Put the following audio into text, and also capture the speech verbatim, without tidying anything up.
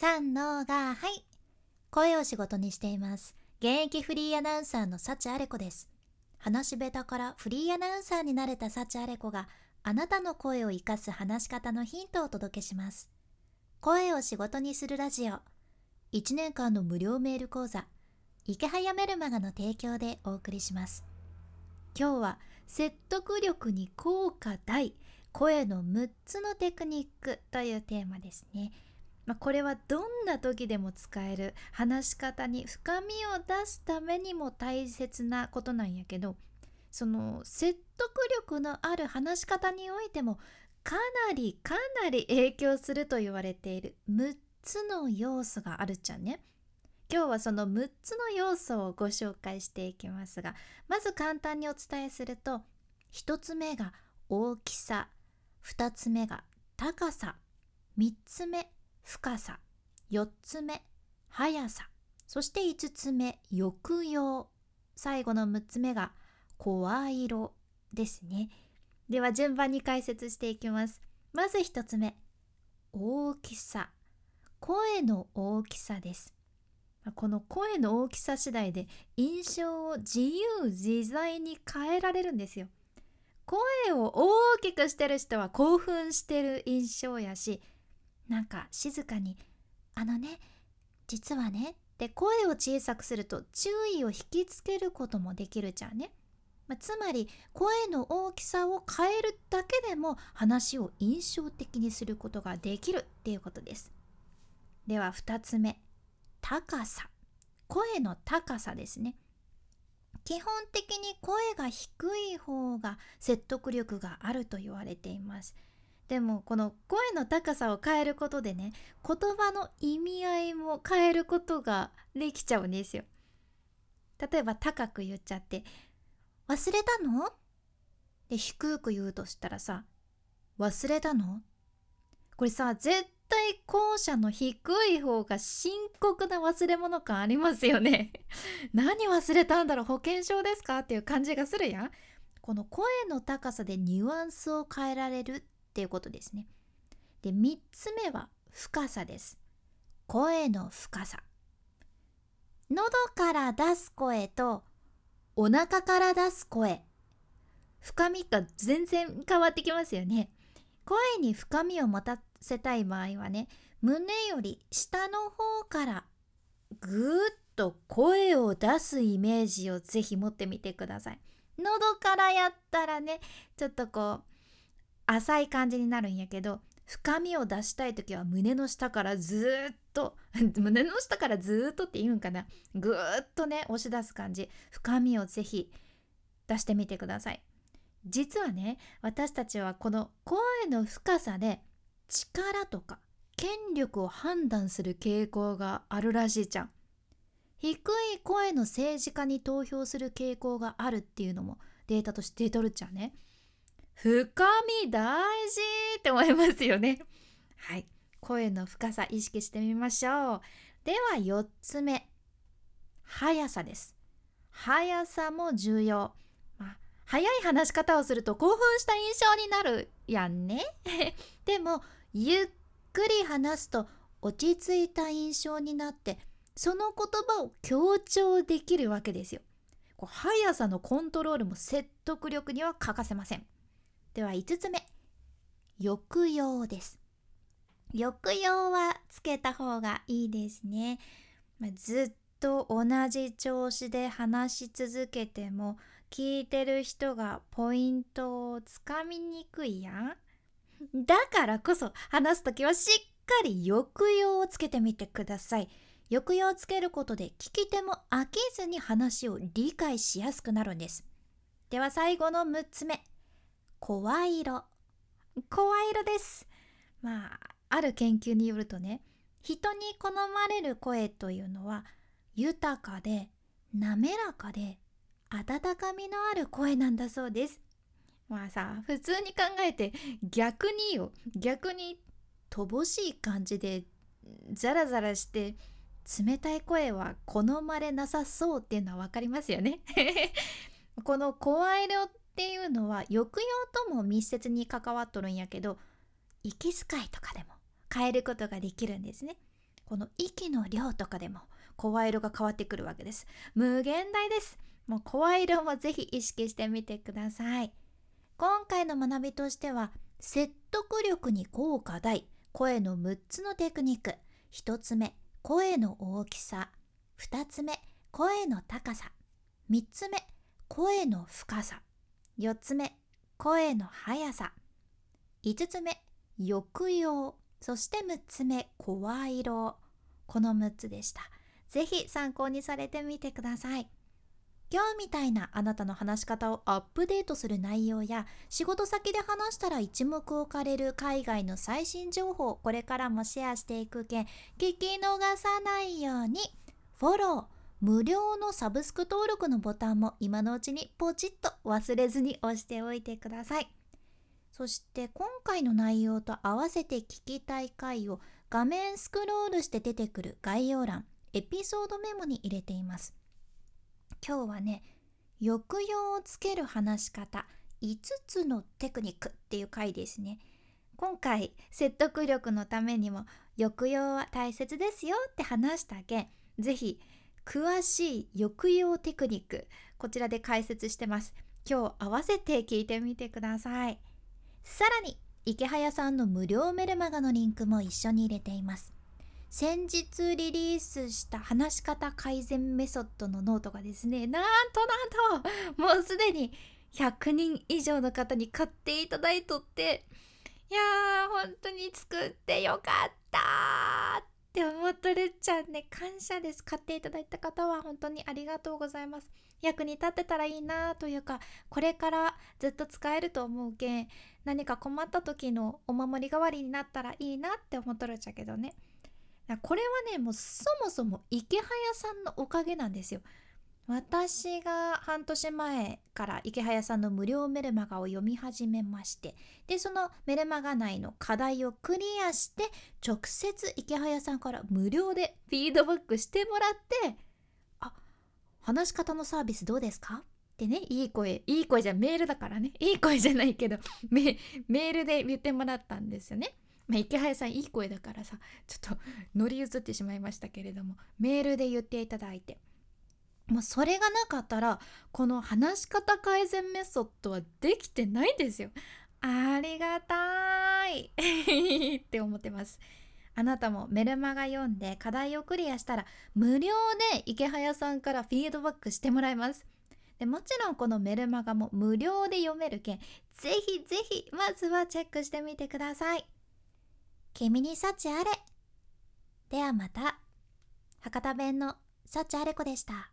さんのがはい。声を仕事にしています。現役フリーアナウンサーの幸あれ子です。話し下手からフリーアナウンサーになれた幸あれ子があなたの声を生かす話し方のヒントをお届けします。声を仕事にするラジオ。いちねんかんの無料メール講座、池早メルマガの提供でお送りします。今日は説得力に効果大、声のむっつのテクニックというテーマですね。まあ、これはどんな時でも使える話し方に深みを出すためにも大切なことなんやけど、その説得力のある話し方においてもかなりかなり影響すると言われているむっつの要素があるっちゃね。今日はそのむっつの要素をご紹介していきますが、まず簡単にお伝えすると、ひとつめが大きさ、ふたつめが高さ、みっつめ深さ、よっつめ速さ、そしていつつめ抑揚、最後のむっつめが声色ですね。では順番に解説していきます。まずひとつめ、大きさ。声の大きさです。この声の大きさ次第で印象を自由自在に変えられるんですよ。声を大きくしてる人は興奮してる印象やし、なんか静かにあのね、実はねって声を小さくすると注意を引きつけることもできるじゃんね。まあ、つまり声の大きさを変えるだけでも話を印象的にすることができるっていうことです。ではふたつめ、高さ。声の高さですね。基本的に声が低い方が説得力があると言われています。でもこの声の高さを変えることでね、言葉の意味合いも変えることができちゃうんですよ。例えば高く言っちゃって、忘れたの？で低く言うとしたらさ、忘れたの？これさ、絶対後者の低い方が深刻な忘れ物感ありますよね。何忘れたんだろう、保険証ですかっていう感じがするやん。この声の高さでニュアンスを変えられるっていうことですね。で、みっつめは深さです。声の深さ。喉から出す声とお腹から出す声、深みが全然変わってきますよね。声に深みを持たせたい場合はね、胸より下の方からぐーっと声を出すイメージをぜひ持ってみてください。喉からやったらね、ちょっとこう浅い感じになるんやけど、深みを出したいときは胸の下からずーっと胸の下からずーっとって言うんかな、ぐーっとね押し出す感じ、深みをぜひ出してみてください。実はね、私たちはこの声の深さで力とか権力を判断する傾向があるらしいじゃん。低い声の政治家に投票する傾向があるっていうのもデータとして出とるっちゃね。深み大事って思いますよね。はい、声の深さ意識してみましょう。ではよっつめ、速さです。速さも重要。まあ、速い話し方をすると興奮した印象になるやんね。でもゆっくり話すと落ち着いた印象になって、その言葉を強調できるわけですよ。こう速さのコントロールも説得力には欠かせません。ではいつつめ、抑揚です。抑揚はつけた方がいいですね。まあ、ずっと同じ調子で話し続けても聞いてる人がポイントをつかみにくいやん。だからこそ話すときはしっかり抑揚をつけてみてください。抑揚をつけることで聞き手も飽きずに話を理解しやすくなるんです。では最後のむっつめ、声色。声色です。まあ、ある研究によるとね、人に好まれる声というのは豊かで滑らかで温かみのある声なんだそうです。まあさ、普通に考えて逆によ、逆に乏しい感じでザラザラして冷たい声は好まれなさそうっていうのは分かりますよね。この声色っていうのは抑揚とも密接に関わっとるんやけど、息遣いとかでも変えることができるんですね。 この息の量とかでも声色が変わってくるわけです。無限大です。もう声色もぜひ意識してみてください。今回の学びとしては、説得力に効果大、声のむっつのテクニック。ひとつめ、声の大きさ。ふたつめ、声の高さ。みっつめ、声の深さ。よっつめ、声の速さ。いつつめ、抑揚。そしてむっつめ、声色。このむっつでした。ぜひ参考にされてみてください。今日みたいなあなたの話し方をアップデートする内容や、仕事先で話したら一目置かれる海外の最新情報、これからもシェアしていくけん、聞き逃さないようにフォロー、無料のサブスク登録のボタンも今のうちにポチッと忘れずに押しておいてください。そして今回の内容と合わせて聞きたい回を画面スクロールして出てくる概要欄、エピソードメモに入れています。今日はね、抑揚をつける話し方いつつのテクニックっていう回ですね。今回説得力のためにも抑揚は大切ですよって話したけん、ぜひ詳しい抑揚テクニック、こちらで解説してます。今日合わせて聞いてみてください。さらに池早さんの無料メルマガのリンクも一緒に入れています。先日リリースした話し方改善メソッドのノートがですね、なんとなんともうすでにひゃくにん以上の方に買っていただいとって、いやー本当に作ってよかったーって思っとるっちゃんね。感謝です。買っていただいた方は本当にありがとうございます。役に立ってたらいいなというか、これからずっと使えると思うけん、何か困った時のお守り代わりになったらいいなって思っとるっちゃけどね。これはね、もうそもそも池早さんのおかげなんですよ。私が半年前から池早さんの無料メルマガを読み始めまして、でそのメルマガ内の課題をクリアして、直接池早さんから無料でフィードバックしてもらって、あ、話し方のサービスどうですかってね、いい声いい声じゃメールだからね、いい声じゃないけどメ, メールで言ってもらったんですよね。まあ、池早さんいい声だからさ、ちょっと乗り移ってしまいましたけれども、メールで言っていただいて、もうそれがなかったらこの話し方改善メソッドはできてないんですよ。ありがたいって思ってます。あなたもメルマガ読んで課題をクリアしたら無料で池早さんからフィードバックしてもらいます。でもちろんこのメルマガも無料で読めるけん、ぜひぜひまずはチェックしてみてください。君に幸あれ。ではまた。博多弁の幸あれ子でした。